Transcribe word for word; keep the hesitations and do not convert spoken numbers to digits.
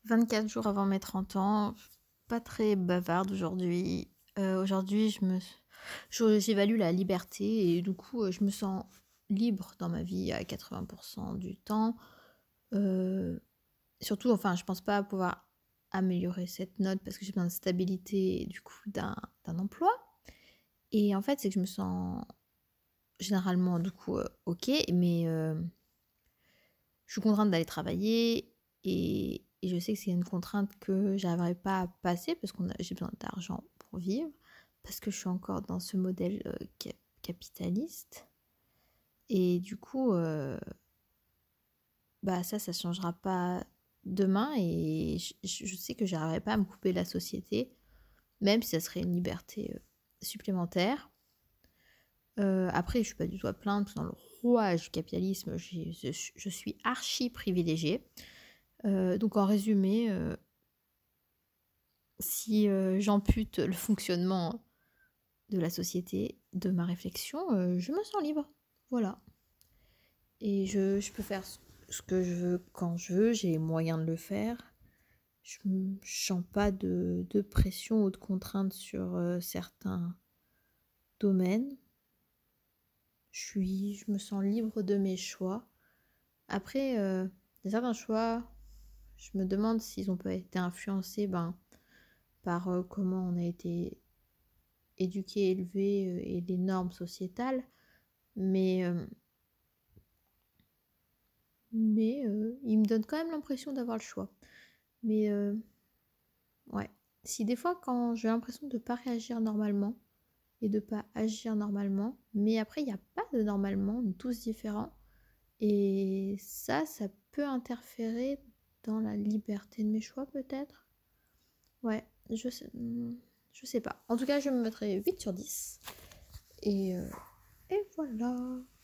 vingt-quatre jours avant mes trente ans, pas très bavarde aujourd'hui. Heu, aujourd'hui, je me je j'évalue la liberté et du coup, heu, je me sens libre dans ma vie à quatre-vingts du temps. Heu, Surtout, enfin, je pense pas pouvoir améliorer cette note parce que j'ai besoin de stabilité et du coup d'un d'un emploi et en fait, c'est que je me sens généralement du coup, heu, OK, mais heu, je suis contrainte d'aller travailler et et je sais que c'est une contrainte que j'arriverai pas à passer parce qu'on a j'ai besoin d'argent pour vivre, parce que je suis encore dans ce modèle, heu, ca capitaliste et du coup, heu, bah, ça, ça changera pas demain et je je je sais que j'arriverai pas à me couper de la société, même si ça serait une liberté, heu, supplémentaire. Heu, après, je suis pas du tout à plaindre, parce que dans le rouage du capitalisme, j'ai je suis je suis archi privilégiée. Heu, donc en résumé, heu, si, heu, j'ampute le fonctionnement de la société de ma réflexion, heu, je me sens libre. Voilà et je je peux faire ce ce que je veux quand je veux, j'ai les moyens de le faire. Je ne sens pas de de pression ou de contraintes sur, heu, certains domaines. Je suis je me sens libre de mes choix. Après, heu, il y a certains choix, je me demande s'ils ont pas été influencés, ben, par, heu, comment on a été éduqué, élevé, heu et les normes sociétales. Mais, hem, mais, heu, ils me donnent quand même l'impression d'avoir le choix. Mais, heu, ouais. Si des fois quand j'ai l'impression de pas réagir normalement et de pas agir normalement, mais après il y a pas de normalement, on est tous différents et ça, ça peut interférer dans la liberté de mes choix peut-être? Ouais, je sais, mmh, je sais pas. En tout cas, je me mettrai huit sur dix et heu et voilà.